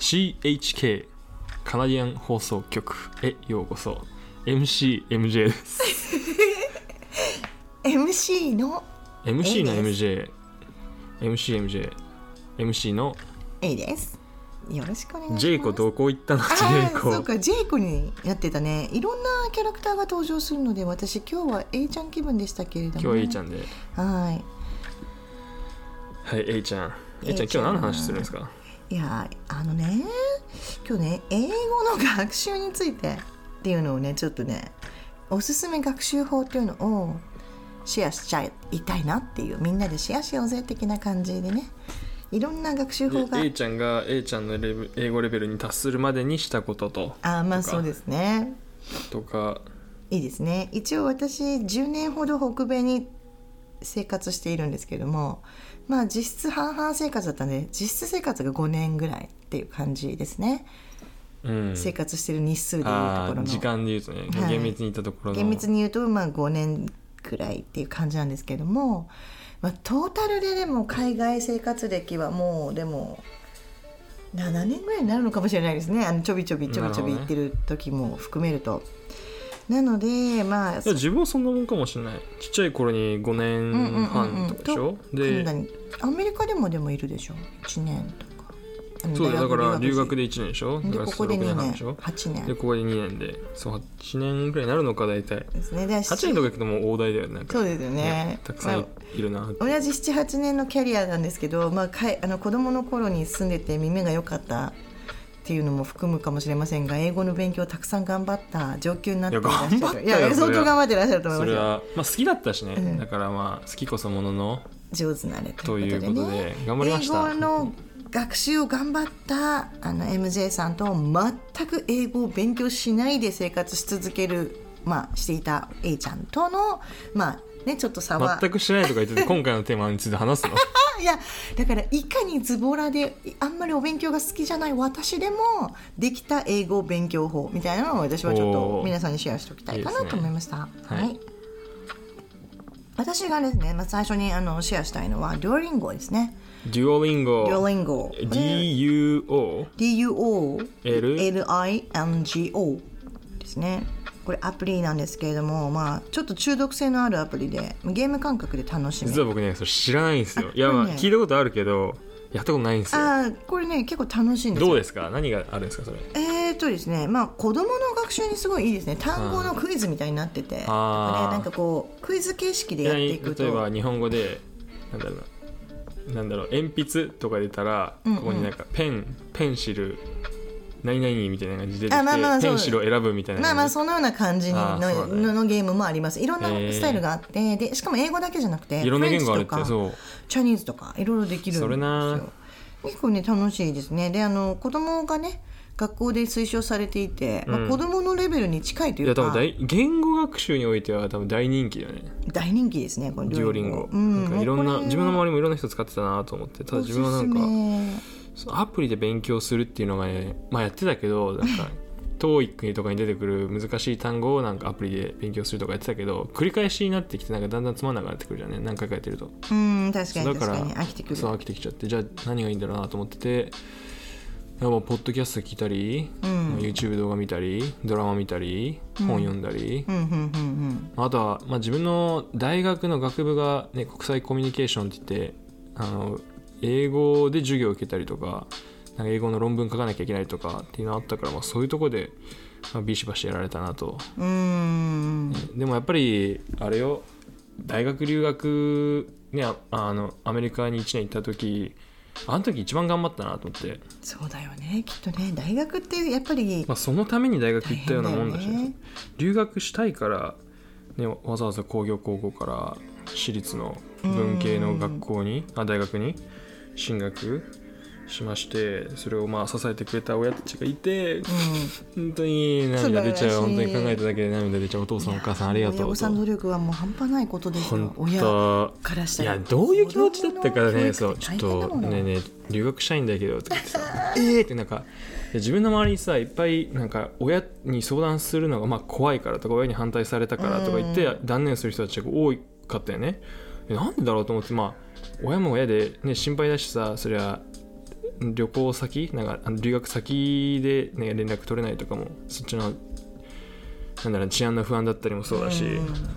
CHK カナディアン放送局へようこそ。 MCMJ です。 MC の MC の A です。よろしくお願いします。 ジェイコどこ行ったの？ジェイコ。 そうか、ジェイコになってたね。いろんなキャラクターが登場するので、私今日は A ちゃん気分でしたけれども、 今日は A ちゃんで、はい A ちゃん今日何の話するんですか？ いや、今日ね、英語の学習についてっていうのをね、ちょっとね、おすすめ学習法っていうのをシェアしちゃいたいなっていう、みんなでシェアしようぜ的な感じでね、いろんな学習法が A ちゃんが A ちゃんの英語レベルに達するまでにしたことと、 まあそうですね、 とかいいですね。一応私10年ほど北米に生活しているんですけども、まあ実質半々生活だったんで、実質生活が5年ぐらいっていう感じですね、生活してる日数でいうところの、 時間でいうとね、はい、厳密に言ったところの厳密に言うとまあ5年くらいっていう感じなんですけども、まあ、トータルででも海外生活歴はもうでも7年ぐらいになるのかもしれないですね。ちょびちょび行ってる時も含めると。なのでまあ、 いや自分はそんなもんかもしれない。ちっちゃい頃に5年半とかでしょ、でアメリカでもいるでしょ、1年とか。 そうだから留学で1年でしょ、 でここで2年でしょ、 8年でここで2年で、そう8年ぐらいになるのか大体ですね。 8年とか行くともう大台だよね。なんかそうですよね、 たくさんいるな、 同じ 7,8 年のキャリアなんですけど、まあ、子供の頃に住んでて耳が良かったっていうのも含むかもしれませんが、英語の勉強をたくさん頑張った上級になっていらっしゃる。いや相当頑張っていらっしゃると思いますよ。 それは、まあ、好きだったしね、だからまあ好きこそものの上手なれということで頑張りました。 英語の学習を頑張ったMJ さんと全く英語を勉強しないで生活し続ける、まあ、していた A ちゃんとのまあね、ちょっと差は全くしないとか言ってて今回のテーマについて話すのいやだからいかにズボラであんまりお勉強が好きじゃない私でもできた英語勉強法みたいなのを私はちょっと皆さんにシェアしておきたいかなと思いました。はい、私がですね、まあ、最初にシェアしたいのはデュオリンゴですね。 デュオリンゴ DUOLINGO ですね。これアプリなんですけれども、まあ、ちょっと中毒性のあるアプリでゲーム感覚で楽しめる。 実は僕ねそれ知らないんですよ。いや、まあ聞いたことあるけどやったことないんですよ。 これね結構楽しいんですよ。 どうですか？何があるんですかそれ？ ですね、まあ、子供の学習にすごいいいですね。単語のクイズみたいになってて、なんかこうクイズ形式でやっていくと、 例えば日本語でなんだろう鉛筆とか出たら、ここになんかペンシル何々みたいな感じで出てきて、ペンシルを選ぶみたいな、 まあそのような感じのゲームもあります。いろんなスタイルがあって、でしかも英語だけじゃなくていろんな言語あるって、そうチャイニーズとかいろいろできるんですよ。 それな結構ね楽しいですね。で子供がね学校で推奨されていて、まあ、子供のレベルに近いというか、 いや多分言語学習においては多分大人気だよね。 大人気ですねこのデュオリンゴ、なんかいろんな自分の周りもいろんな人使ってたなと思って。ただ自分はなんかアプリで勉強するっていうのがね、まあやってたけどなんかTOEIC とかに出てくる難しい単語をなんかアプリで勉強するとかやってたけど、繰り返しになってきてなんかだんだんつまんなくなってくるじゃんね、何回かやってると。 確かに飽きてくる。そう飽きてきちゃって、じゃあ何がいいんだろうなと思ってて、もうポッドキャスト聞いたり、YouTube 動画見たり、ドラマ見たり、本読んだり、あとは、まあ、自分の大学の学部が、ね、国際コミュニケーションって言って英語で授業を受けたりとか、なんか英語の論文書かなきゃいけないとかっていうのあったから、まあ、そういうところで、まあ、ビシバシやられたなと。でもやっぱりあれよ、大学留学、ね、アメリカに1年行った時一番頑張ったなと思って。 そうだよね、きっとね。大学ってやっぱり、 まあ、そのために大学行ったようなもんだし、留学したいから、ね、わざわざ工業高校から私立の文系の学校に大学に進学しまして、それをまあ支えてくれた親たちがいて、本当に涙出ちゃう。本当に考えただけで涙出ちゃう。お父さんお母さんありがとうと。 親御さんの努力はもう半端ないことですよ。親からしたら。 いやどういう気持ちだったからね。そうちょっとね留学したいんだけどとか言ってさってなんか自分の周りにさいっぱいなんか親に相談するのがまあ怖いからとか、親に反対されたからとか言って断念する人たちが多かったよね。なんでだろうと思って、まあ親も親でね心配だしさ、そりゃ旅行先なんか留学先で、ね、連絡取れないとかもそっちのなんだろう治安の不安だったりもそうだし、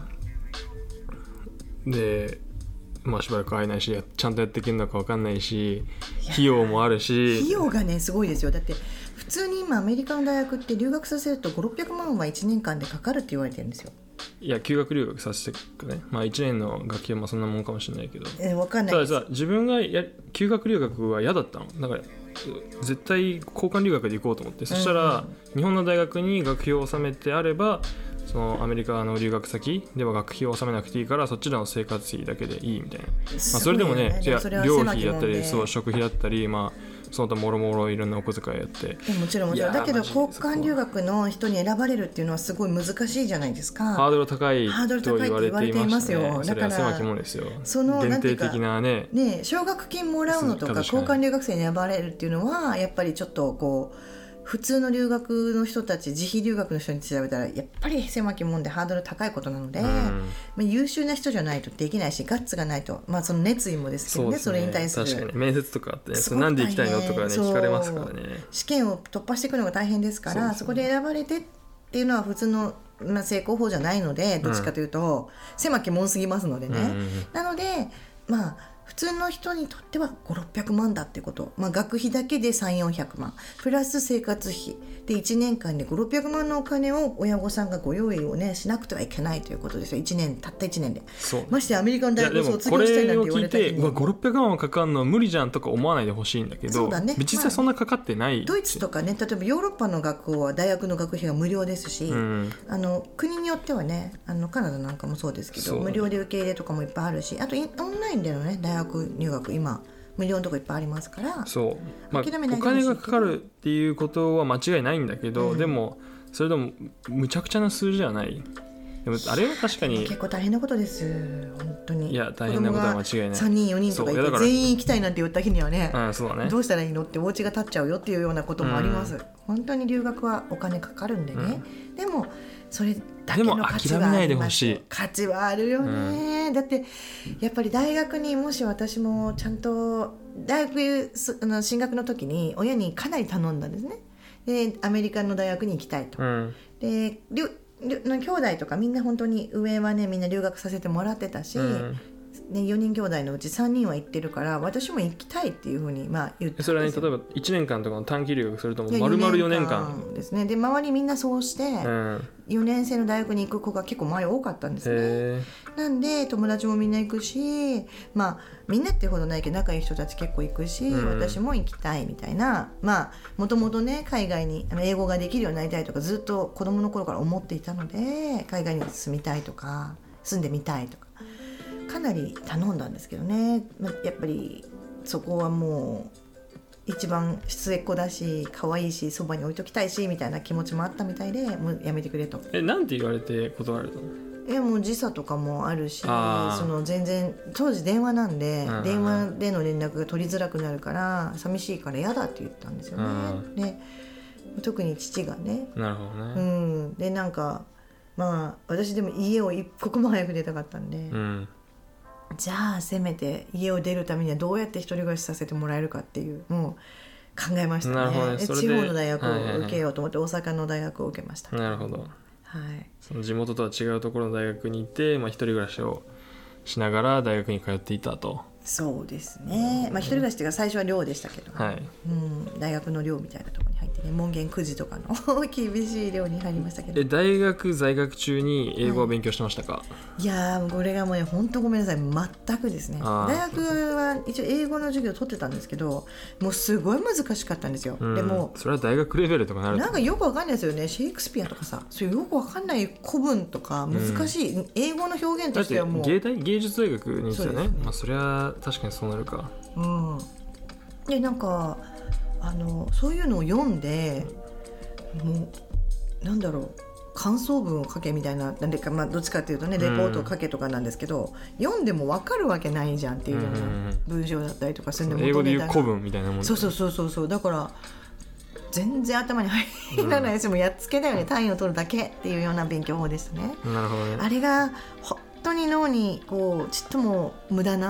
でまあしばらく会えないしちゃんとやっていけるのか分かんないし費用もあるし費用がねすごいですよ。だって普通に今アメリカの大学って留学させると5、600万は1年間でかかるって言われてるんですよ。 いや休学留学させてくね、まあ、1年の学費はまあそんなもんかもしれないけど、 分かんないです。 たださ自分が休学留学は嫌だったのだから絶対交換留学で行こうと思って、そしたら日本の大学に学費を納めてあればそのアメリカの留学先では学費を納めなくていいからそっちの生活費だけでいいみたいな、まあ、それでもね寮費だったりそう食費だったり、まあその他もろもろいろんなお小遣いやってもちろんだけど交換留学の人に選ばれるっていうのはすごい難しいじゃないですか。 ハードル高いと言われていましたね。それは狭きもんですよ。 その限定的なね奨学金もらうのとか交換留学生に選ばれるっていうのはやっぱりちょっとこう普通の留学の人たち自費留学の人に比べたらやっぱり狭きもんでハードル高いことなので、まあ、優秀な人じゃないとできないしガッツがないと、まあ、その熱意もですけどね、それに対する確かに面接とかあってそれなんで行きたいのとかね聞かれますからね。 試験を突破していくのが大変ですから そこで選ばれてっていうのは普通の、まあ、正攻法じゃないのでどっちかというと、狭きもんすぎますのでね、なのでまあ普通の人にとっては5、600万だってこと、まあ、学費だけで3、400万プラス生活費で1年間で5、600万のお金を親御さんがご用意をねしなくてはいけないということですよ。たった1年で。ましてアメリカの大学卒業したいなんて言われた時に 5、600万はかかるの無理じゃんとか思わないでほしいんだけど、そうだ、ね、実際そんなかかってない、 ドイツとかね例えばヨーロッパの学校は大学の学費が無料ですし、国によってはねカナダなんかもそうですけど無料で受け入れとかもいっぱいあるし、あとオンラインでのね大学入学今無料のとこいっぱいありますから、 そう、まあ、お金がかかるっていうことは間違いないんだけど、でもそれでもむちゃくちゃな数字じゃない。でもあれは確かに結構大変なことです本当に。 いや大変なことは間違いない。 3人4人とかいて全員行きたいなんて言った日にはね、 そうだね、 どうしたらいいのってお家が建っちゃうよっていうようなこともあります、本当に留学はお金かかるんでね、でもそれだけの価値はあります。価値はあるよね、だってやっぱり大学にもし私もちゃんと大学進学の時に親にかなり頼んだんですね。でアメリカの大学に行きたいと、で兄弟とかみんな本当に上はねみんな留学させてもらってたし、ね、4人兄弟のうち3人は行ってるから私も行きたいっていうふうにまあ言ってたんですよ。 それはね例えば1年間とかの短期留学するとも丸々4年間ですね。で周りみんなそうして、4年生の大学に行く子が結構前多かったんですね。なんで友達もみんな行くし、まあみんなってほどないけど仲いい人たち結構行くし、私も行きたいみたいな、まあもともとね海外に英語ができるようになりたいとかずっと子供の頃から思っていたので海外に住みたいとか住んでみたいとかかなり頼んだんですけどね、やっぱりそこはもう一番末っ子だし可愛いしそばに置いときたいしみたいな気持ちもあったみたいでもうやめてくれと。 なんて言われて断られたの？ もう時差とかもあるし、その全然当時電話なんで、電話での連絡が取りづらくなるから寂しいから嫌だって言ったんですよね。で特に父がね、 なるほどね、 でなんかまあ私でも家を一刻も早く出たかったんで、じゃあせめて家を出るためにはどうやって一人暮らしさせてもらえるかっていうもう考えましたね。地方の大学を受けようと思って大阪の大学を受けました。 なるほど、その地元とは違うところの大学に行って、一人暮らしをしながら大学に通っていたと。 そうですね、一人暮らしっていうか最初は寮でしたけど、大学の寮みたいなところに入ってね門限9時とかの厳しい寮に入りましたけど。 大学在学中に英語を勉強してましたか？ いやこれがもうね本当ごめんなさい全くですね。大学は一応英語の授業を取ってたんですけどもうすごい難しかったんですよ、でもそれは大学レベルとかなるとなんかよくわかんないですよね。シェイクスピアとかさそういうよくわかんない古文とか難しい、英語の表現としてはもうだって芸術大学にですよね。それは確かにそうなるか。 でなんかそういうのを読んでもうなんだろう感想文を書けみたいななんでか、どっちかっていうとねレポートを書けとかなんですけど、読んでも分かるわけないじゃんっていうような文章だったりとかするんで、 英語で言う古文みたいなもん、 そうだから全然頭に入らないですもうやっつけだよね、単位を取るだけっていうような勉強法でしたね。 なるほどね。 あれが本当に脳にこうちっとも無駄な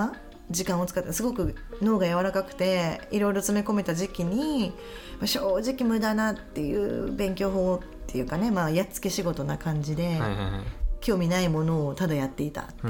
時間を使ってすごく脳が柔らかくていろいろ詰め込めた時期に正直無駄なっていう勉強法っていうかね、やっつけ仕事な感じで、興味ないものをただやっていたっていう、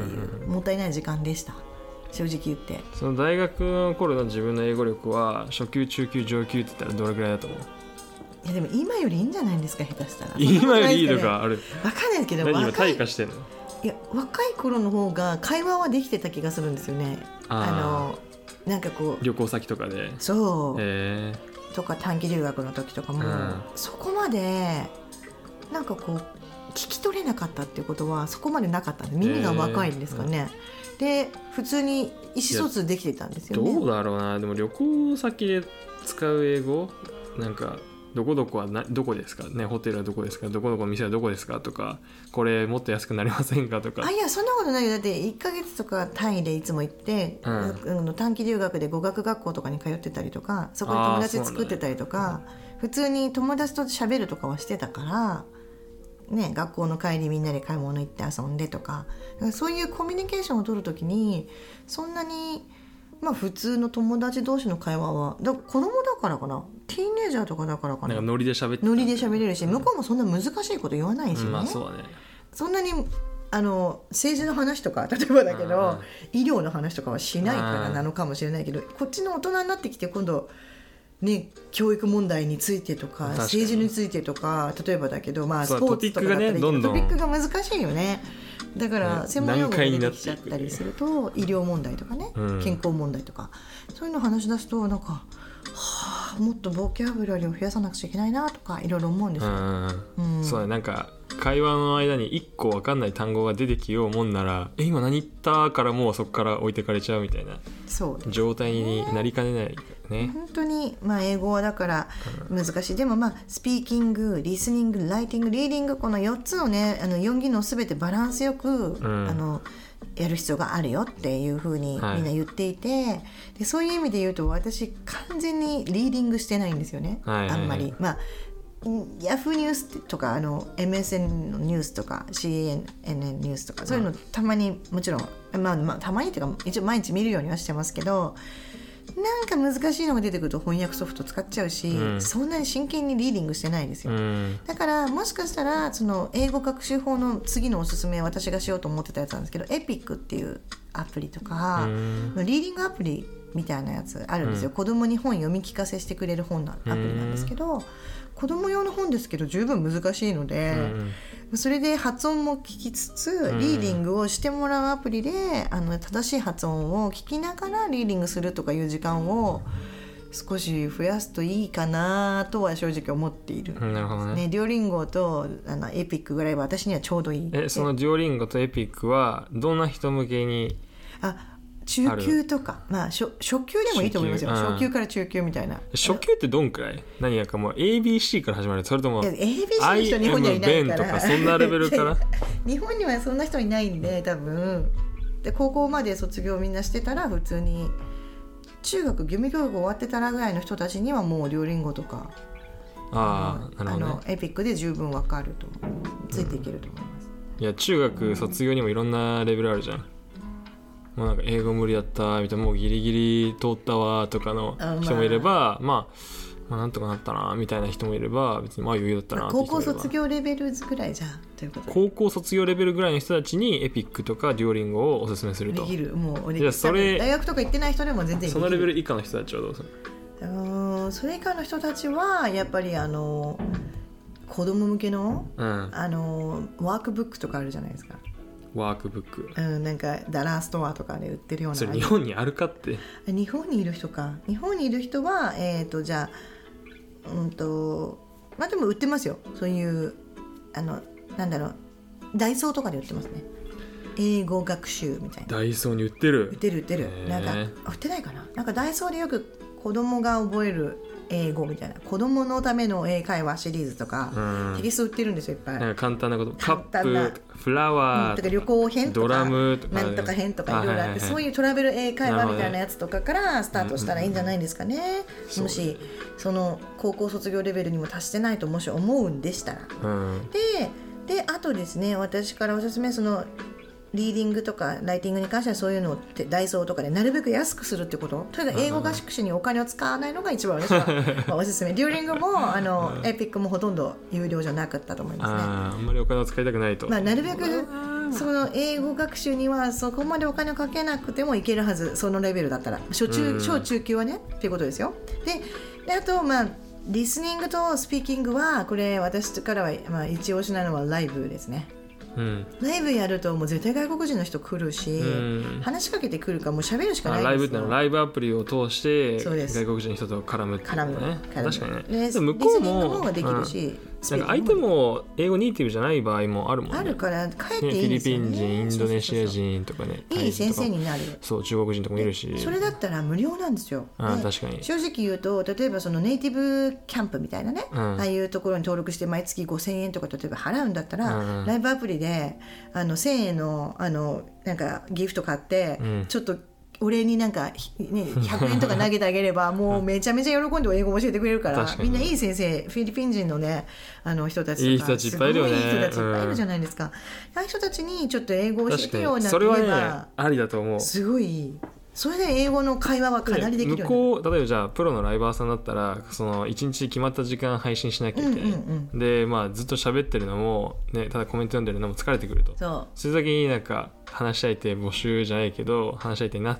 もったいない時間でした正直言って。 その大学の頃の自分の英語力は初級中級上級って言ったらどれくらいだと思う？ いやでも今よりいいんじゃないですか、下手したら。 今よりいいのかある。 分かんないけど、 何今退化してんの？ いや若い頃の方が会話はできてた気がするんですよね。なんかこう旅行先とかでそうとか短期留学の時とかも、そこまでなんかこう聞き取れなかったっていうことはそこまでなかったんで、耳が若いんですかね、で普通に意思疎通できてたんですよね。 どうだろうな。でも旅行先で使う英語なんかどこどこはどこですかね、ホテルはどこですか、どこどこの店はどこですかとか、これもっと安くなりませんかとか。 いやそんなことないよ。だって1ヶ月とか単位でいつも行って、短期留学で語学学校とかに通ってたりとか、そこで友達作ってたりとか、普通に友達と喋るとかはしてたからね、学校の帰りみんなで買い物行って遊んでとか、そういうコミュニケーションを取るときにそんなに普通の友達同士の会話は子供だからかな、ティーンエイジャーとかだからかな、 なんかノリで喋ってノリで喋れるし、向こうもそんな難しいこと言わないしね、 そうだね。 そんなに政治の話とか例えばだけど、医療の話とかはしないからなのかもしれないけど、こっちの大人になってきて今度ね、教育問題についてとか政治についてとか、例えばだけど、スポーツとかだったりトピックが難しいよね。だから専門用語が出てきちゃったりすると、医療問題とかね、健康問題とかそういうのを話し出すとなんか、もっとボキャブラリーを増やさなくちゃいけないなとかいろいろ思うんですよ。 そうね、なんか会話の間に1個分かんない単語が出てきようもんなら、今何言ったからもうそこから置いてかれちゃうみたいな状態になりかねないね。 本当に、英語はだから難しい。でもスピーキング、リスニング、ライティング、リーディング、この4つのね4技能すべてバランスよく、やる必要があるよっていう風にみんな言っていて、でそういう意味で言うと私完全にリーディングしてないんですよね、あんまり。ヤフーニュースとかMSN のニュースとか CNN ニュースとかそういうのたまにもちろん、たまにっていうか一応毎日見るようにはしてますけど、なんか難しいのが出てくると翻訳ソフト使っちゃうし、そんなに真剣にリーディングしてないですよ、だからもしかしたらその英語学習法の次のおすすめは私がしようと思ってたやつなんですけど、エピックっていうアプリとか、リーディングアプリみたいなやつあるんですよ、子供に本読み聞かせしてくれる本のアプリなんですけど、子供用の本ですけど十分難しいので、それで発音も聞きつつリーディングをしてもらうアプリで正しい発音を聞きながらリーディングするとかいう時間を少し増やすといいかなとは正直思っている。 なるほどね。 デュオリンゴとエピックぐらいは私にはちょうどいい。 そのデュオリンゴとエピックはどんな人向けに？ 中級とか、初級でもいいと思いますよ。初級から中級みたいな。 初級ってどんくらい？何やかもう ABC から始まる？それとも ABC の人日本にはいないから。 とかそんなレベルから日本にはそんな人いないんで多分で、高校まで卒業みんなしてたら普通に中学義務教育終わってたらぐらいの人たちにはもうデュオリンゴとかなるほどね、 エピックで十分わかるとついていけると思います、 いや中学卒業にもいろんなレベルあるじゃん。もうなんか英語無理だったみたいな、もうギリギリ通ったわとかの人もいれば、なんとかなったなみたいな人もいれば、別に余裕だったなって人もいれば、 高校卒業レベルぐらいじゃんということで、 高校卒業レベルぐらいの人たちにエピックとかデュオリンゴをおすすめすると。 できる、もうじゃあそれ大学とか行ってない人でも全然できる。 そのレベル以下の人たちはどうする？ それ以下の人たちはやっぱり子供向けの、ワークブックとかあるじゃないですか。 ワークブック、 なんかダラーストアとかで売ってるような。 それ日本にあるかって。 日本にいる人か。日本にいる人はじゃあでも売ってますよ。そういうなんだろう、ダイソーとかで売ってますね。英語学習みたいな。 ダイソーに売ってる。 売ってる。なんか売ってないかな。なんかダイソーでよく子供が覚える英語みたいな、子供のための英会話シリーズとか、テキスト売ってるんですよ、いっぱい。 なんか簡単なこと、カップ、フラワーとか旅行編とかドラムとか、 なんとか編とかいろいろあって、そういうトラベル英会話みたいなやつとかからスタートしたらいいんじゃないですかね。もしその高校卒業レベルにも達してないともし思うんでしたら、であとですね、私からおすすめ、そのリーディングとかライティングに関してはそういうのってダイソーとかでなるべく安くするってこと。とにかく英語合宿にお金を使わないのが一番私はおすすめ。デューリングもエピックもほとんど有料じゃなかったと思いますね。 あんまりお金を使いたくないと、 なるべくその英語学習にはそこまでお金をかけなくてもいけるはず。そのレベルだったら小中級はねっていうことですよ。であとリスニングとスピーキングはこれ私からは一押しなのはライブですね。ライブやるともう絶対外国人の人来るし、話しかけてくるからもう喋るしかないですよ。 ライブってのはライブアプリを通して外国人の人と絡むっていうね。確かにね。 で向こうもできるし、 なんか相手も英語ネイティブじゃない場合もあるもんね。 あるから帰っていいんですよね。 フィリピン人、インドネシア人とかね、 いい先生になる。 そう、中国人とかもいるし、 それだったら無料なんですよ。 確かに。 正直言うと、例えばそのネイティブキャンプみたいなね、ああいうところに登録して毎月5000円とか例えば払うんだったら、ライブアプリで1000円のなんかギフト買って、ちょっとお礼になんか、100円とか投げてあげればもうめちゃめちゃ喜んで英語を教えてくれるから、みんないい先生、フィリピン人のね人たちとかいい人たちいっぱいいるよね。 すごいいい人たちいっぱいいるじゃないですか。ああいう人たちにちょっと英語を教えてよなんて言えば、 それはねありだと思う。 すごいいい。それで英語の会話はかなりできるよね。 向こう例えばじゃあプロのライバーさんだったらその1日決まった時間配信しなきゃいけない、でずっと喋ってるのも、ね、ただコメント読んでるのも疲れてくると。そういう時になんか話し相手募集じゃないけど話し相手になって、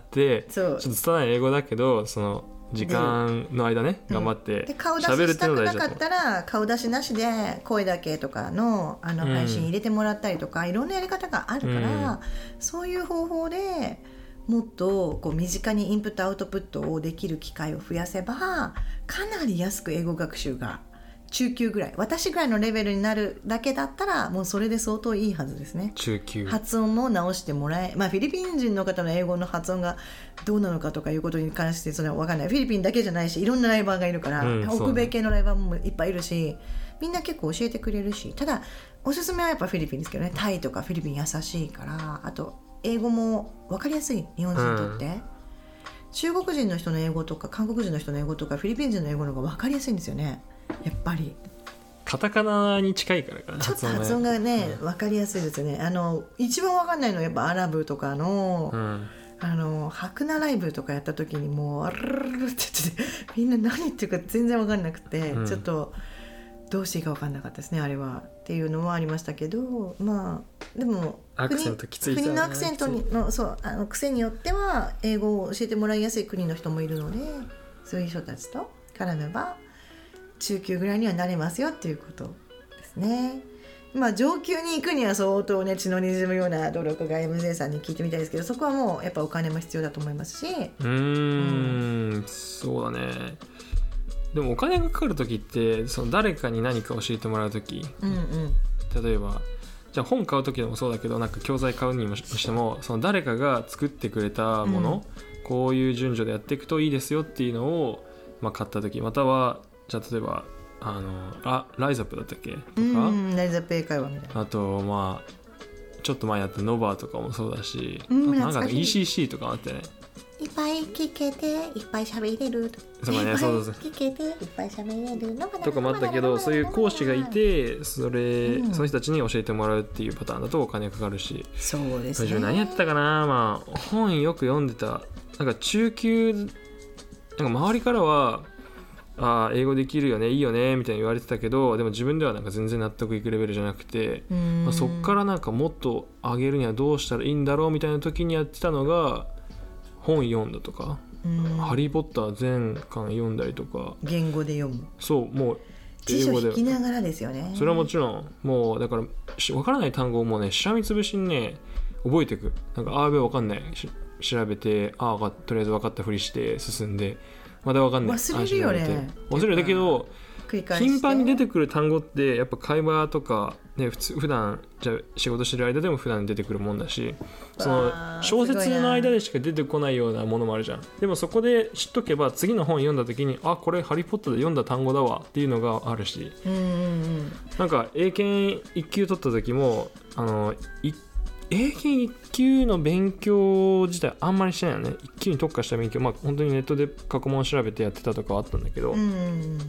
ちょっと拙い英語だけどその時間の間ね頑張って喋るっていうのが大事だと思う。顔出ししたくなかったら顔出しなしで声だけとかの配信入れてもらったりとか、いろんなやり方があるから、そういう方法でもっとこう身近にインプットアウトプットをできる機会を増やせばかなり安く英語学習が中級ぐらい、私ぐらいのレベルになるだけだったらもうそれで相当いいはずですね。 中級発音も直してもらえ、フィリピン人の方の英語の発音がどうなのかとかいうことに関してそれは分かんない。フィリピンだけじゃないしいろんなライバーがいるから、北米系のライバーもいっぱいいるしみんな結構教えてくれるし、ただおすすめはやっぱフィリピンですけどね。タイとかフィリピン優しいから、あと英語も分かりやすい。日本人にとって、中国人の人の英語とか韓国人の人の英語とかフィリピン人の英語の方が分かりやすいんですよね。やっぱりカタカナに近いからかな。 ちょっと発音がね分かりやすいですよね。一番分かんないのはやっぱアラブとかの、ハクナライブとかやった時にもうあるるるって言っててみんな何言ってるか全然分かんなくて、ちょっとどうしていいか分かんなかったですねあれはっていうのもありましたけど、でもアクセントきつい国のアクセントの癖によっては英語を教えてもらいやすい国の人もいるので、そういう人たちと絡めば中級ぐらいにはなれますよっていうことですね。上級に行くには相当ね血の滲むような努力が MJ さんに聞いてみたいですけど、そこはもうやっぱお金も必要だと思いますし、 そうだね。でもお金がかかる時ってその誰かに何か教えてもらう時、例えばじゃあ本買う時でもそうだけど、なんか教材買うにしてもその誰かが作ってくれたもの、こういう順序でやっていくといいですよっていうのを、買った時、またはじゃあ例えばライザップだったっけとか、 ライザップ英会話みたいな、 あとちょっと前やったノバとかもそうだし、なんか ECC とかあってね、 いっぱい聞けていっぱい喋れるとかね、聞けていっぱい喋れるとかもあったけど、そういう講師がいてその人たちに教えてもらうっていうパターンだとお金かかるし、 そうですね。 何やってたかな、本よく読んでた。なんか中級なんか周りからは英語できるよねいいよねみたいに言われてたけど、でも自分ではなんか全然納得いくレベルじゃなくて、そっからなんかもっと上げるにはどうしたらいいんだろうみたいな時にやってたのが本読んだとか、ハリーポッター全巻読んだりとか、 言語で読む、 そうもう辞書引きながらですよね。 それはもちろんもうだから分からない単語をもうねしらみつぶしにね覚えていく。なんか分かんない調べてとりあえず分かったふりして進んで、まだ分かんない、 忘れるよね。 忘れる。だけど頻繁に出てくる単語ってやっぱ会話とか、ね、普段じゃ仕事してる間でも普段出てくるもんだし、その小説の間でしか出てこないようなものもあるじゃん。でもそこで知っとけば次の本読んだ時にこれハリーポッターで読んだ単語だわっていうのがあるし、なんか英検1級取った時も英検1級の勉強自体あんまりしてないよね。1級に特化した勉強、本当にネットで過去問を調べてやってたとかはあったんだけど、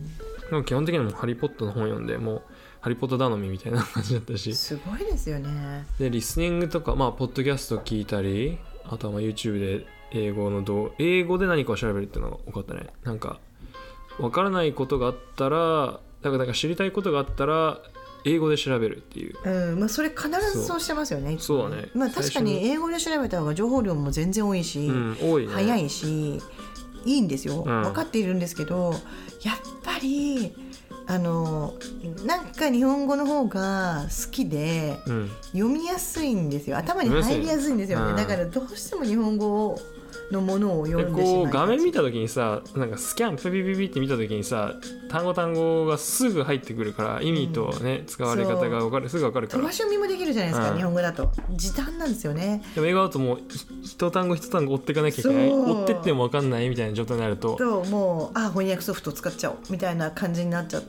でも基本的にもハリーポッターの本読んでもうハリーポッター頼みみたいな感じだったし、 すごいですよね。 でリスニングとか、まあ、ポッドキャスト聞いたり、あとはまあ YouTube で英語で何かを調べるっていうのが多かったね。なんか分からないことがあったら、なんか知りたいことがあったら英語で調べるっていう、 まあ、それ必ずそうしてますよね。 そうだね、 まあ、確かに英語で調べた方が情報量も全然多いし、 多いね、 早いしいいんですよ、分かっているんですけど、やっぱりなんか日本語の方が好きで、読みやすいんですよ。頭に入りやすいんですよね。だからどうしても日本語のものを読んでしまいがち。 画面見た時にさ、なんかスキャンピピピピって見た時にさ、単語がすぐ入ってくるから意味とね、使われ方がすぐ分かるから、 飛ばし読みもできるじゃないですか、日本語だと時短なんですよね。 でも英語だともう一単語追っていかなきゃいけない、追ってっても分かんないみたいな状態になるともう翻訳ソフト使っちゃおうみたいな感じになっちゃって、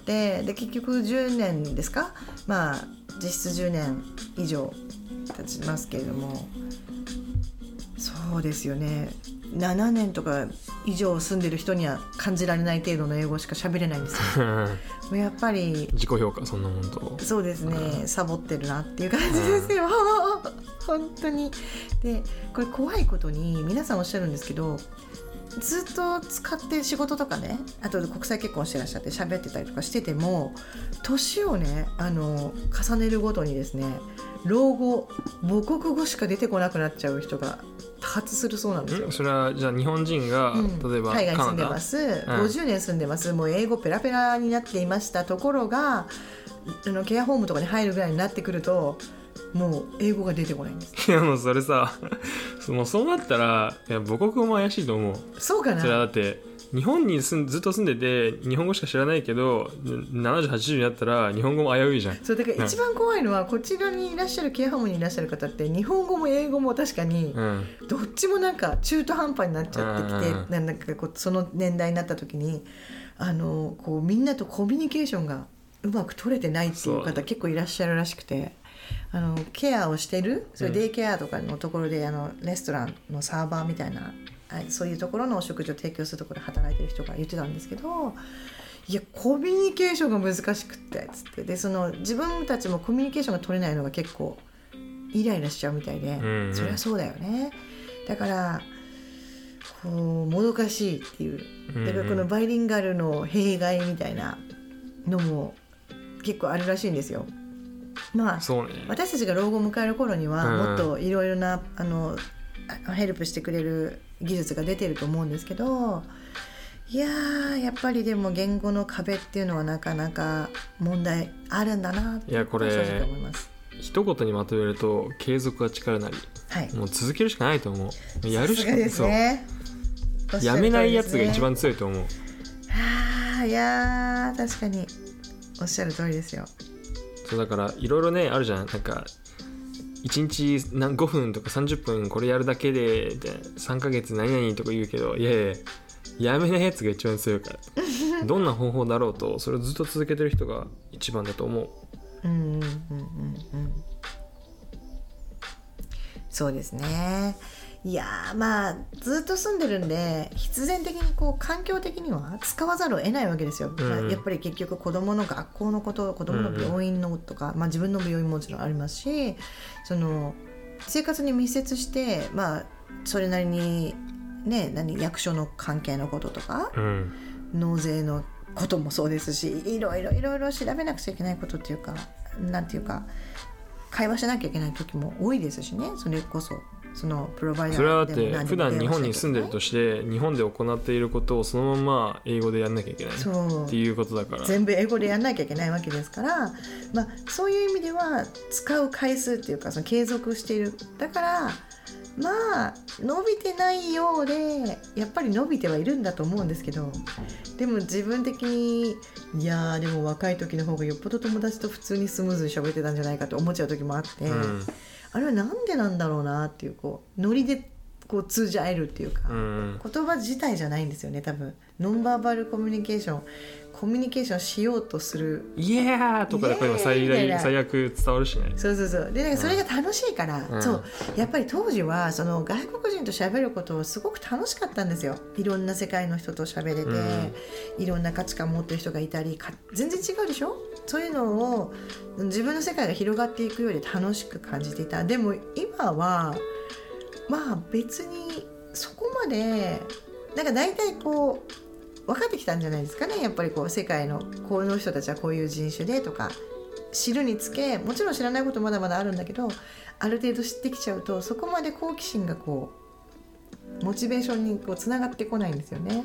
で結局10年ですか、まあ実質10年以上経ちますけれども、そうですよね、7年とか以上住んでる人には感じられない程度の英語しか喋れないんですよやっぱり自己評価そんなもんと、 そうですね、サボってるなっていう感じですよ本当に。でこれ怖いことに皆さんおっしゃるんですけど、ずっと使って仕事とかね、あと国際結婚してらっしゃって喋ってたりとかしてても、年をね重ねるごとにですね、老後母国語しか出てこなくなっちゃう人が多発するそうなんですよ。 それはじゃあ日本人が、例えば海外に住んでます、50年住んでます、もう英語ペラペラになっていましたところがケアホームとかに入るぐらいになってくると、もう英語が出てこないんです。 いやもうそれさもうそうなったら母国語も怪しいと思う。 そうかな。 それはだって日本にずっと住んでて日本語しか知らないけど70、80になったら日本語も危ういじゃん。 そうだから一番怖いのは、こちらにいらっしゃるケアホームにいらっしゃる方って日本語も英語も確かにどっちもなんか中途半端になっちゃってきて、なんかその年代になった時にこうみんなとコミュニケーションがうまく取れてないっていう方結構いらっしゃるらしくて、ケアをしてる、それデイケアとかのところでレストランのサーバーみたいな、そういうところのお食事を提供するところで働いてる人が言ってたんですけど、いやコミュニケーションが難しくってつって、で自分たちもコミュニケーションが取れないのが結構イライラしちゃうみたいで、それはそうだよね。だからこうもどかしいっていう、だからこのバイリンガルの弊害みたいなのも結構あるらしいんですよ。まあそうね、 私たちが老後を迎える頃にはもっといろいろなヘルプしてくれる技術が出てると思うんですけど、いややっぱりでも言語の壁っていうのはなかなか問題あるんだなって正直思います。 一言にまとめると継続は力なり、もう続けるしかないと思う。やるしかないですね。やめないやつが一番強いと思う。 いや確かにおっしゃる通りですよ。 そうだからいろいろねあるじゃん。なんか1日5分とか30分これやるだけで3ヶ月何々とか言うけど、いややめないやつが一番強いからどんな方法だろうとそれをずっと続けてる人が一番だと思う。 そうですね。いやまあずっと住んでるんで必然的にこう環境的には使わざるを得ないわけですよ、やっぱり結局子どもの学校のこと子どもの病院のとか、自分の病院ももちろんありますし、その生活に密接してそれなりにね役所の関係のこととか、納税のこともそうですし、いろいろ調べなくちゃいけないことっていうかなんていうか会話しなきゃいけない時も多いですしね。それこそそのプロバイダーそれはだって普段日本に住んでるとして日本で行っていることをそのまま英語でやんなきゃいけないっていうことだから、 全部英語でやんなきゃいけないわけですから、そういう意味では使う回数っていうかその継続している、だから伸びてないようでやっぱり伸びてはいるんだと思うんですけど、でも自分的にでも若い時の方がよっぽど友達と普通にスムーズに喋ってたんじゃないかと思っちゃう時もあって、あれはなんでなんだろうなっていうノリでこう通じ合えるっていうか、言葉自体じゃないんですよね多分。ノンバーバルコミュニケーションしようとするイエーとかやっぱり最悪伝わるしね。 そうでなんかそれが楽しいから、そうやっぱり当時はその外国人と喋ることすごく楽しかったんですよ。いろんな世界の人と喋れて、いろんな価値観持ってる人がいたり全然違うでしょ。そういうのを自分の世界が広がっていくより楽しく感じていた。でも今はまあ別にそこまでなんか大体こう分かってきたんじゃないですかね。やっぱりこう世界のこの人たちはこういう人種でとか知るにつけ、もちろん知らないことまだまだあるんだけど、ある程度知ってきちゃうとそこまで好奇心がこうモチベーションにこうつながってこないんですよね。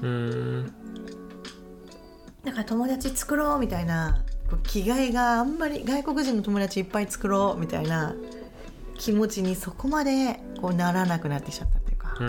だから友達作ろうみたいなこう気概があんまり、外国人の友達いっぱい作ろうみたいな気持ちにそこまでこうならなくなってきちゃったっていうか、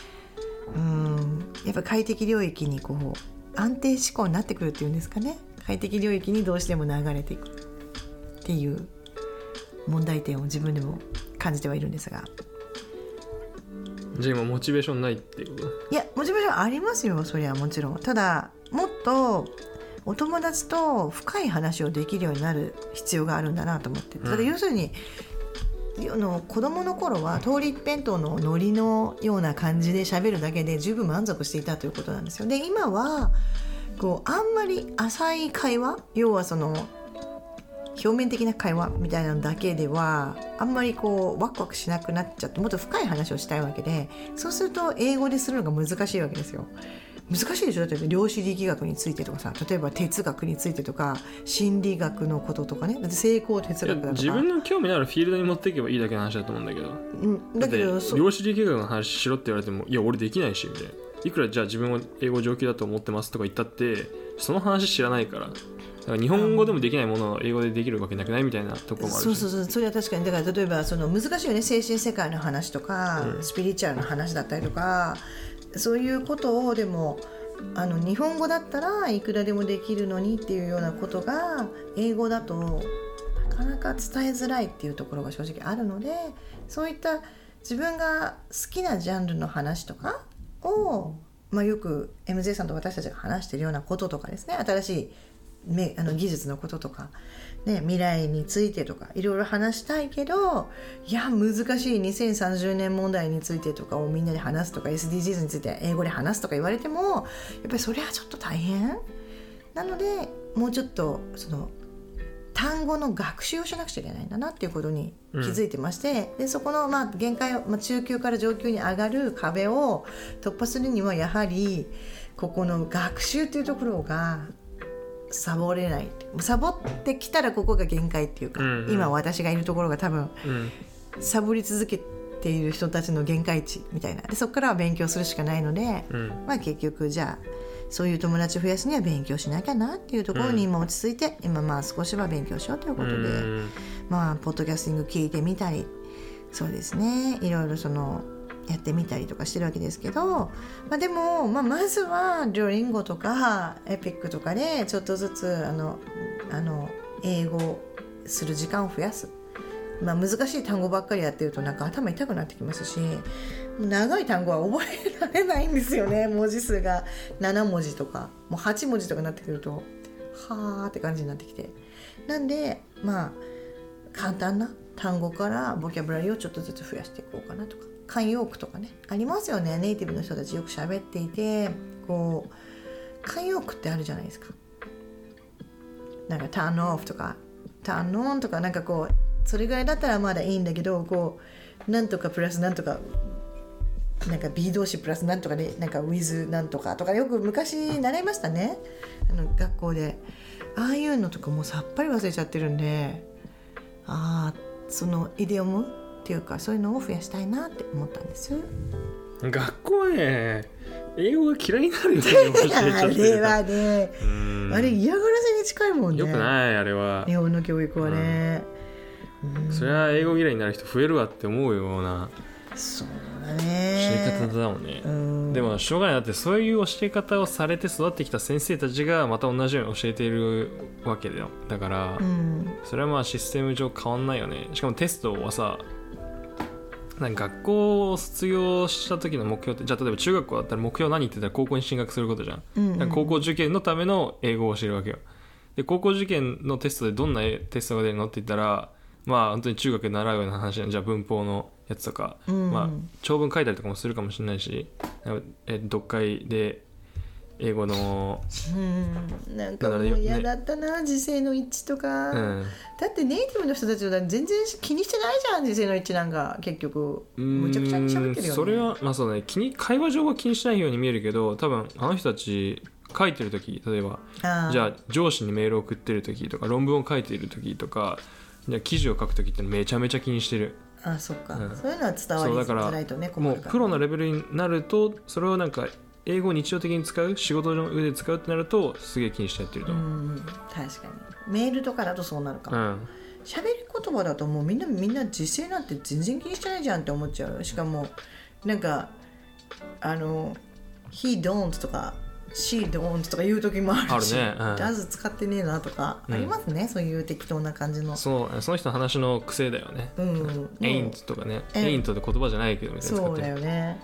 やっぱ快適領域にこう安定思考になってくるっていうんですかね。快適領域にどうしても流れていくっていう問題点を自分でも感じてはいるんですが。 じゃあ今モチベーションないっていうこと？いやモチベーションありますよ、そりゃもちろん。ただもっとお友達と深い話をできるようになる必要があるんだなと思って。ただ要するに子供の頃は通り一辺倒のノリのような感じで喋るだけで十分満足していたということなんですよ。で今はこうあんまり浅い会話、要はその表面的な会話みたいなのだけではあんまりこうワクワクしなくなっちゃって、もっと深い話をしたいわけで、そうすると英語でするのが難しいわけですよ。難しいでしょ。例えば量子力学についてとかさ、例えば哲学についてとか心理学のこととかね、だって成功哲学だとか自分の興味のあるフィールドに持っていけばいいだけの話だと思うんだけど、だけど量子力学の話しろって言われても、いや俺できないしみたいな、いくらじゃあ自分は英語上級だと思ってますとか言ったってその話知らないから、だから日本語でもできないものを英語でできるわけなくないみたいなところもあるし。 そうそれは確かに。だから例えばその難しいよね、精神世界の話とか、スピリチュアルの話だったりとか、そういうことをでも日本語だったらいくらでもできるのにっていうようなことが英語だとなかなか伝えづらいっていうところが正直あるので、そういった自分が好きなジャンルの話とかを、よく MJ さんと私たちが話しているようなこととかですね、新しい技術のこととか、ね、未来についてとかいろいろ話したいけど、いや難しい2030年問題についてとかをみんなで話すとか SDGs について英語で話すとか言われても、やっぱりそれはちょっと大変なので、もうちょっとその単語の学習をしなくちゃいけないんだなっていうことに気づいてまして、でそこの限界を、中級から上級に上がる壁を突破するにはやはりここの学習っていうところがサボれない、サボってきたらここが限界っていうか、今私がいるところが多分、サボり続けている人たちの限界値みたいなで、そこからは勉強するしかないので、結局じゃあそういう友達を増やすには勉強しなきゃなっていうところに今落ち着いて、今少しは勉強しようということで、ポッドキャスティング聞いてみたり、そうですね、いろいろそのやってみたりとかしてるわけですけど、でも、まずはデュオリンゴとかエピックとかでちょっとずつ英語する時間を増やす。難しい単語ばっかりやってるとなんか頭痛くなってきますし、長い単語は覚えられないんですよね。文字数が7文字とかもう8文字とかになってくるとはーって感じになってきて、なんで簡単な単語からボキャブラリーをちょっとずつ増やしていこうかなとか、慣用句とかねありますよね。ネイティブの人たちよく喋っていて、こう慣用句ってあるじゃないですか。なんか turn off とか turn on とか、なんかこうそれぐらいだったらまだいいんだけど、こうなんとかプラスなんとか、なんか B 動詞プラスなんとかで、なんか with なんとかとかよく昔習いましたね、学校で。ああいうのとかもうさっぱり忘れちゃってるんで、そのイデオムっていうかそういうのを増やしたいなって思ったんです。 学校はね、英語が嫌いになるよねあれはね、あれ嫌がらせに近いもんね。 よくない、あれは。 日本の教育はね、 それは英語嫌いになる人増えるわって思うようなそうだね教え方だもんね。でもしょうがない。だってそういう教え方をされて育ってきた先生たちがまた同じように教えているわけだよ。だから、それはシステム上変わんないよね。しかもテストはさ、 なんか学校を卒業した時の目標って、じゃあ例えば中学校だったら目標何って言ったら高校に進学することじゃん、だから高校受験のための英語を教えるわけよ。で高校受験のテストでどんなテストが出るのって言ったら、まあ本当に中学で習うような話じゃん。じゃあ文法のやつとか、まあ長文書いたりとかもするかもしれないし、読解で英語のなんかもう嫌だったな、時制の一致とか、だってネイティブの人たちは全然気にしてないじゃん、時制の一致なんか結局むちゃくちゃに喋ってるよね。 それはまあそうね、会話上は気にしないように見えるけど、多分あの人たち書いてる時、例えばじゃあ上司にメールを送ってる時とか論文を書いている時とか、じゃあ記事を書く時ってめちゃめちゃ気にしてる。 あ、そっか、そういうのは伝わりづらいとね、困るから。 もうプロのレベルになると、それをなんか英語を日常的に使う、仕事の上で使うってなるとすげえ気にしてやってると思う。 確かにメールとかだとそうなるかも。喋り言葉だともうみんな時制なんて全然気にしてないじゃんって思っちゃう。しかもなんかhe don't とか she don't とか言う時もあるし、does 使ってねえなとかありますね、そういう適当な感じの。その人の話の癖だよね。ain't とかね、ain't って言葉じゃないけどみたいな。 そうだよね。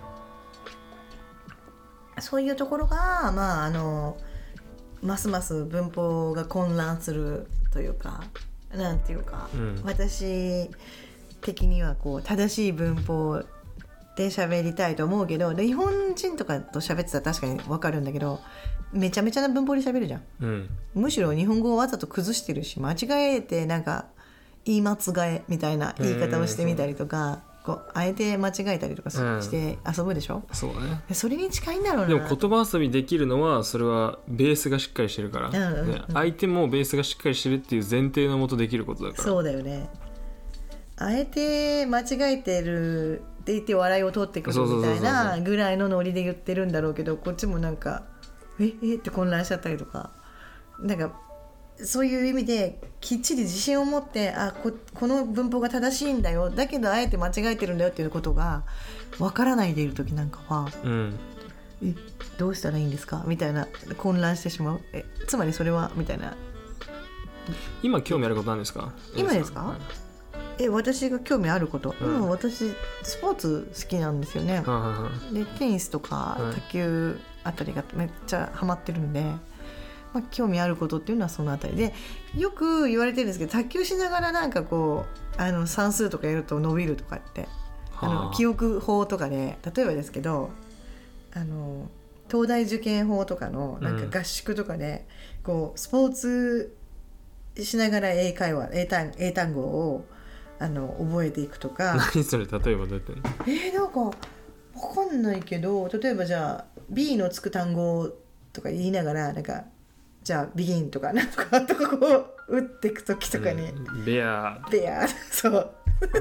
そういうところが、まあますます文法が混乱するというか、なんていうか、私的にはこう正しい文法で喋りたいと思うけど、日本人とかと喋ってたら確かに分かるんだけど、めちゃめちゃな文法で喋るじゃん、むしろ日本語をわざと崩してるし、間違えてなんか言い間違えみたいな言い方をしてみたりとか、こうあえて間違えたりとかして遊ぶでしょ、 そうね。 それに近いんだろうな。 でも言葉遊びできるのはそれはベースがしっかりしてるから、相手もベースがしっかりしてるっていう前提のもとできることだから。 そうだよね。あえて間違えてるって言って笑いを取ってくるみたいなぐらいのノリで言ってるんだろうけど、こっちもなんかって混乱しちゃったりとか、なんかそういう意味できっちり自信を持って、この文法が正しいんだよ、だけどあえて間違えてるんだよっていうことがわからないでいる時なんかは、どうしたらいいんですかみたいな、混乱してしまう。つまりそれはみたいな。 今興味あることなんですか？ 今ですか？私が興味あること、今私スポーツ好きなんですよね、でテニスとか卓球あたりがめっちゃハマってるんで、興味あることっていうのはそのあたりで、よく言われてるんですけど、卓球しながらなんかこう算数とかやると伸びるとかって、記憶法とかで、例えばですけど東大受験法とかのなんか合宿とかで、こうスポーツしながら英単語を覚えていくとか。 何それ、例えばどうやってんの？ なんか分かんないけど、例えばじゃあ B のつく単語とか言いながら、なんかじゃあビギンとかなんとかとかこう打っていく時とかに、 ベアそう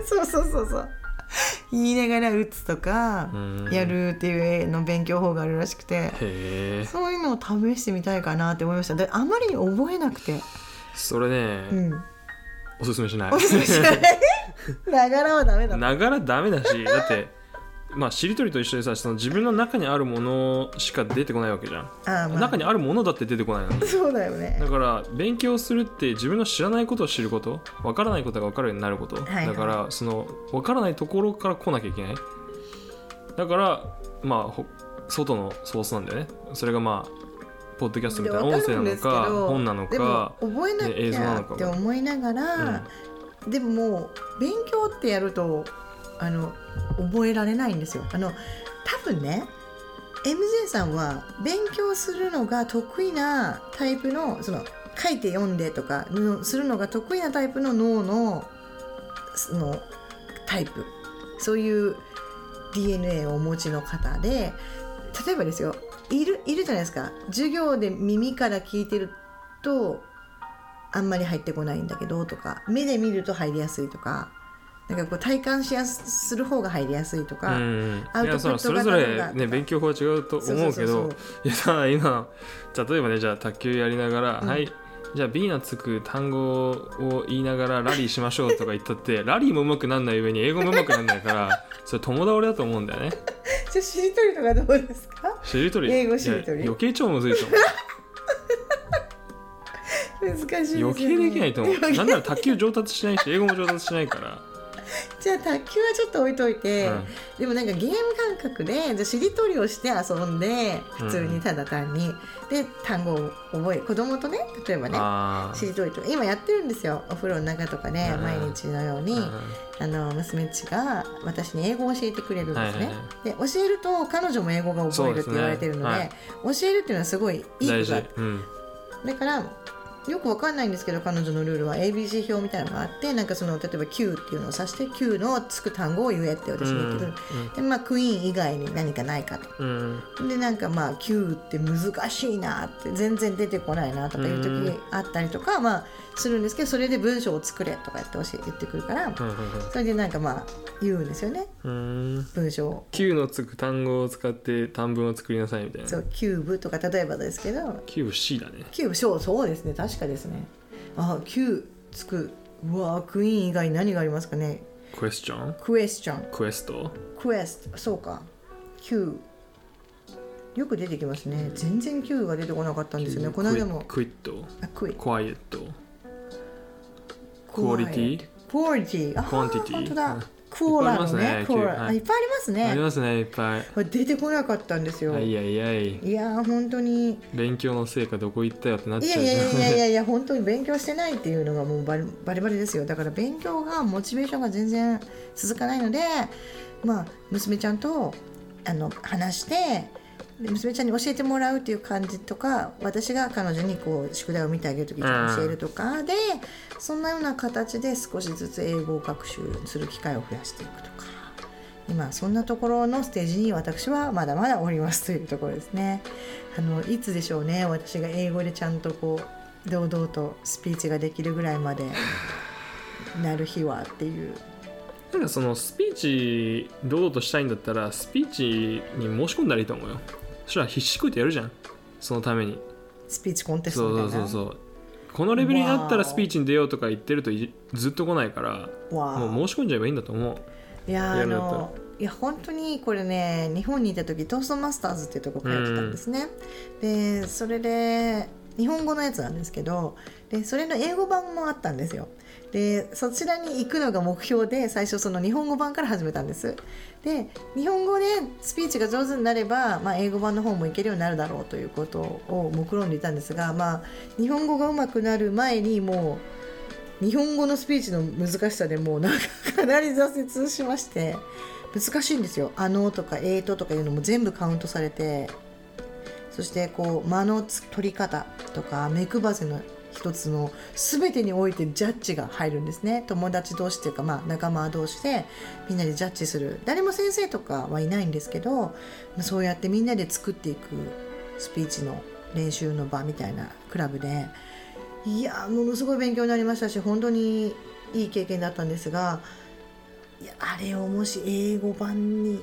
言いながら打つとかやるっていうの勉強法があるらしくて、そういうのを試してみたいかなって思いました。で、あまりに覚えなくて、 それね、おすすめしない。 ながらはダメだ。 ながらダメだし、だってしりとりと一緒でさ、その自分の中にあるものしか出てこないわけじゃん。中にあるものだって出てこないの。 そうだよね。 だから勉強するって自分の知らないことを知ること、分からないことが分かるようになること、だからその分からないところから来なきゃいけない。だから外のソースなんだよね。それがポッドキャストみたいな音声なのか本なのか覚えなきゃって思いながら、でももう勉強ってやると覚えられないんですよ。多分ね、 MJ さんは勉強するのが得意なタイプの、その書いて読んでとかするのが得意なタイプの脳のそのタイプ、そういう DNA をお持ちの方で、例えばですよ、いるじゃないですか。授業で耳から聞いてるとあんまり入ってこないんだけどとか、目で見ると入りやすいとか、なんかこう体感する方が入りやすいとか、アウトプットそれぞれ、ね、勉強法は違うと思うけど、今例えばね、じゃあ卓球やりながら、はい、じゃあ B のつく単語を言いながらラリーしましょうとか言ったってラリーも上手くならない上に英語も上手くならないからそれ友倒れだと思うんだよね。 じゃあしりとりとかどうですか？ しりとり、 英語しりとり余計超むずいと思う。 難しいですよね。 余計できないと思う。なんなら卓球上達しないし英語も上達しないからじゃあ卓球はちょっと置いといて、でもなんかゲーム感覚でじゃしりとりをして遊んで普通にただ単に、で単語を覚え子供とね例えばねしりとりとか今やってるんですよお風呂の中とかで、毎日のように娘っちが私に英語を教えてくれるんですね、で教えると彼女も英語が覚えるって言われてるので、教えるっていうのはすごいいいことだ、だからよくわかんないんですけど彼女のルールは ABC 表みたいなのがあって、なんかその例えば Q っていうのを指して Q のつく単語を言えって私に言ってくる、でまあクイーン以外に何かないかと、でなんかまあ Q って難しいなって全然出てこないなとかいう時あったりとかまあするんですけど、それで文章を作れとか言ってくるから、それでなんかまあ言うんですよね、文章を Q のつく単語を使って短文を作りなさいみたいな。 そうキューブとか例えばですけどキューブ C だね。 キューブそうですね、確かですね。あ、Q つく、うわクイーン以外に何がありますかね。 クエスチョンクエスチョンクエストクエスト、そうか Q よく出てきますね。全然 Q が出てこなかったんですよね。この間もクイットクイクワイエットクオリティクオリティ、あクワンティティ、 本当だ、クオラのね、クオラ、いっぱいありますね。 ありますね、いっぱい。 出てこなかったんですよ。 いや本当に勉強の成果どこ行ったよってなっちゃうじゃん。 いや本当に勉強してないっていうのがもうバリバリですよ。だから勉強がモチベーションが全然続かないので、まあ娘ちゃんと話して娘ちゃんに教えてもらうっていう感じとか、私が彼女にこう宿題を見てあげるときに教えるとかで、そんなような形で少しずつ英語を学習する機会を増やしていくとか、今そんなところのステージに私はまだまだおりますというところですね。いつでしょうね、私が英語でちゃんとこう堂々とスピーチができるぐらいまでなる日はっていう。 なんかそのスピーチ堂々としたいんだったらスピーチに申し込んだらいいと思うよ。そしたら必死こいてやるじゃん、そのために。 スピーチコンテストみたいな。 そうこのレベルになったらスピーチに出ようとか言ってるとずっと来ないから、もう申し込んじゃえばいいんだと思う。 いや本当にこれね、日本にいた時トーストマスターズっていうところから来たんですね、でそれで日本語のやつなんですけど、でそれの英語版もあったんですよ。でそちらに行くのが目標で最初その日本語版から始めたんです。で日本語でスピーチが上手になれば、英語版の方もいけるようになるだろうということを目論んでいたんですが、日本語が上手くなる前にもう日本語のスピーチの難しさでもうなんかかなり挫折しまして、難しいんですよ。とかとかいうのも全部カウントされて、そしてこう間の取り方とか目配せの一つの全てにおいてジャッジが入るんですね。友達同士というか、仲間同士でみんなでジャッジする。誰も先生とかはいないんですけど、そうやってみんなで作っていくスピーチの練習の場みたいなクラブで、いやものすごい勉強になりましたし、本当にいい経験だったんですが、あれをもし英語版に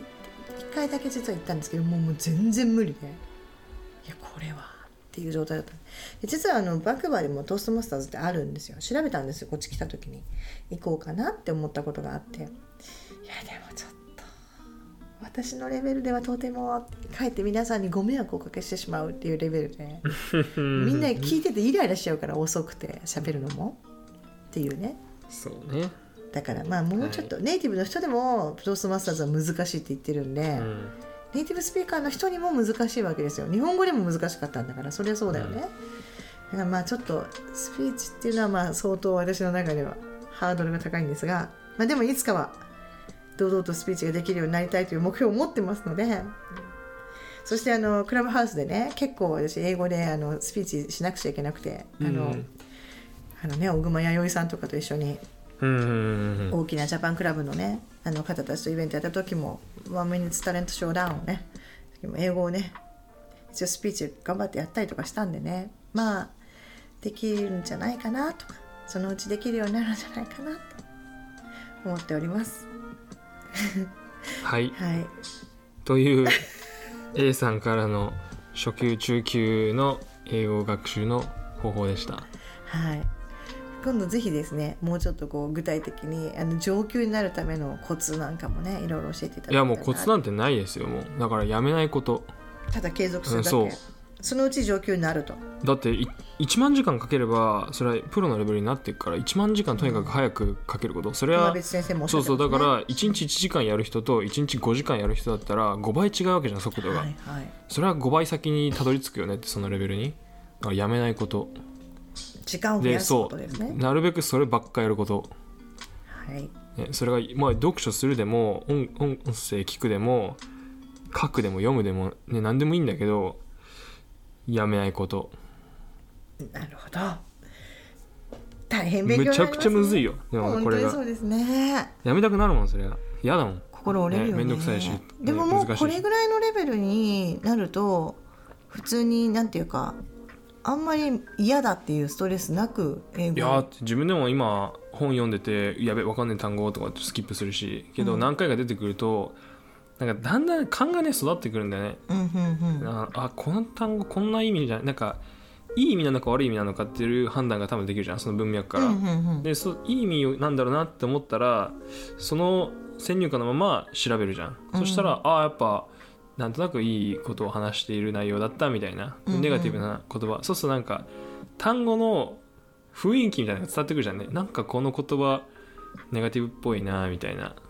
1回だけ実は行ったんですけど、もう全然無理で、これはっていう状態だった。で実はバンクーバーでもトーストマスターズってあるんですよ。調べたんですよ、こっち来た時に行こうかなって思ったことがあって、でもちょっと私のレベルではとてもかえって皆さんにご迷惑をおかけしてしまうっていうレベルでみんな聞いててイライラしちゃうから、遅くて喋るのもっていうね。 そうね。 だからもうちょっと、ネイティブの人でもトーストマスターズは難しいって言ってるんで、ネイティブスピーカーの人にも難しいわけですよ。日本語でも難しかったんだから、そりゃそうだよね。だからちょっとスピーチっていうのは相当私の中ではハードルが高いんですが、でもいつかは堂々とスピーチができるようになりたいという目標を持ってますので、そしてクラブハウスでね、結構私英語でスピーチしなくちゃいけなくて、小熊弥生さんとかと一緒に大きなジャパンクラブのね方たちとイベントやった時も1 minute タレントショーダウンをね、英語をね一応スピーチ頑張ってやったりとかしたんでね、できるんじゃないかなとか、そのうちできるようになるんじゃないかなと思っておりますはい、という A さんからの初級中級の英語学習の方法でした。 今度ぜひですね、もうちょっと具体的に上級になるためのコツなんかもね、いろいろ教えていただきたいな。 もうコツなんてないですよ。もうだからやめないこと、 ただ継続するだけ。 そのうち上級になると。 だって1万時間かければそれはプロのレベルになっていくから、1万時間とにかく早くかけること、それは別先生もおっしゃってますね。 そうだから1日1時間やる人と1日5時間やる人だったら5倍違うわけじゃん、速度が、 はいはい、 それは5倍先にたどり着くよねって、そのレベルに。だからやめないこと、 時間を増やすことですね。 なるべくそればっかやること、 はいね、それが、まあ、読書するでも 音声聞くでも書くでも読むでも、ね、何でもいいんだけどやめないこと。 なるほど、大変勉強になりますね。 めちゃくちゃむずいよ。でもこれが本当にそうですね。 やめたくなるもん、それが嫌だもん、 心折れるよね。 めんどくさいし、 でももうこれぐらいのレベルになると普通になんていうか、あんまり嫌だっていうストレスなく英語。 いや自分でも今本読んでてやべわかんない単語とかスキップするし、けど何回か出てくると、なんかだんだん勘がね育ってくるんだよね、この単語こんな意味じゃなんかいい意味なのか悪い意味なのかっていう判断が多分できるじゃん、その文脈から、でいい意味なんだろうなって思ったらその先入観のまま調べるじゃん、そしたらやっぱなんとなくいいことを話している内容だったみたいな、ネガティブな言葉、そうするとなんか単語の雰囲気みたいなのが伝わってくるじゃんね。なんかこの言葉ネガティブっぽいなみたいな、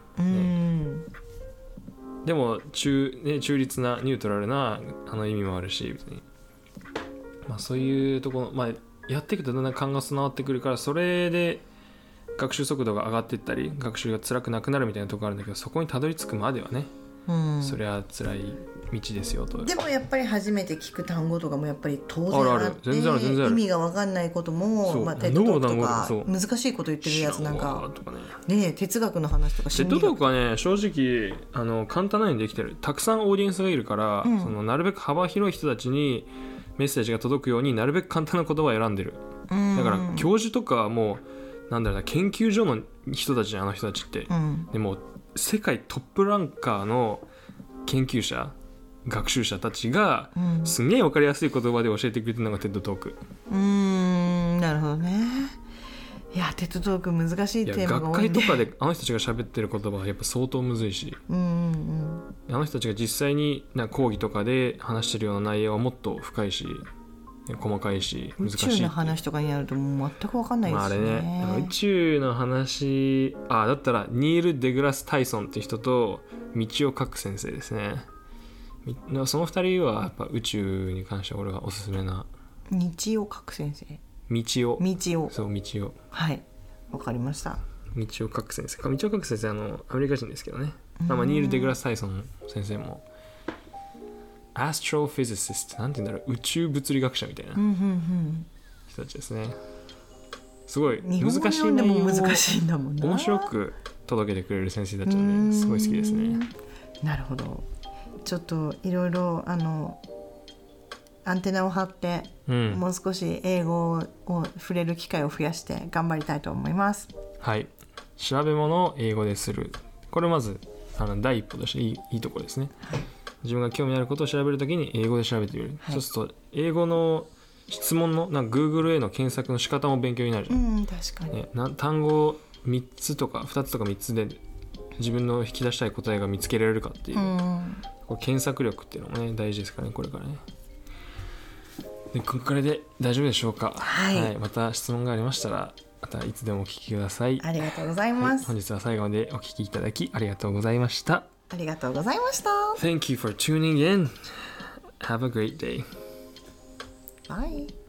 でも中立なニュートラルな意味もあるし、別に、まあ、そういうところ、まあ、やっていくとだんだん勘が備わってくるから、それで学習速度が上がっていったり学習が辛くなくなるみたいなところあるんだけど、そこにたどり着くまではね、それは辛い道ですよと。 でもやっぱり初めて聞く単語とかもやっぱり当然あって、 全然ある意味が分かんないことも、まあ、テッドトークとか難しいこと言ってるやつなんかね、哲学の話とか心理学、テッドトークはね正直簡単なようにできてる。たくさんオーディエンスがいるから、そのなるべく幅広い人たちにメッセージが届くようになるべく簡単な言葉を選んでる。だから教授とかもなんだろうな、研究所の人たちじゃん、あの人たちって、でも世界トップランカーの研究者学習者たちがすんげえ分かりやすい言葉で教えてくれてるのがテッドトーク。 なるほどね。いやテッドトーク難しいテーマが多いね。 学会とかであの人たちが喋ってる言葉はやっぱ相当むずいし、あの人たちが実際に講義とかで話してるような内容はもっと深いし細かいし難しい。 宇宙の話とかになるともう全く分かんないですね。 あれね、宇宙の話だったらニール・デグラス・タイソンって人と道を書く先生ですね。その2人はやっぱ宇宙に関しては俺がおすすめな。 道を書く先生。 道をそう道を、はいわかりました。道を書く先生道を書く先生アメリカ人ですけどね、ニール・デグラス・タイソン先生もアストロフィジシストなんて言うんだろう、宇宙物理学者みたいな人たちですね。すごい難しい内容を面白く届けてくれる先生たちなんですごい好きですね。 なるほど。ちょっといろいろアンテナを張って、もう少し英語を触れる機会を増やして頑張りたいと思います。 はい、調べ物を英語でする、これまず第一歩としていいところですね、はい、自分が興味あることを調べるときに英語で調べてみる、はい、そうすると英語の質問のGoogle への検索の仕方も勉強になるじゃん、 確かに、 単語3つとか2つとか3つで自分の引き出したい答えが見つけられるかっていう、これ検索力っていうのもね大事ですからね、これからね。でこれで大丈夫でしょうか、はいまた質問がありましたらまたいつでもお聞きください。 ありがとうございます、 本日は最後までお聞きいただきありがとうございました。 ありがとうございました。 Thank you for tuning in. Have a great day. Bye.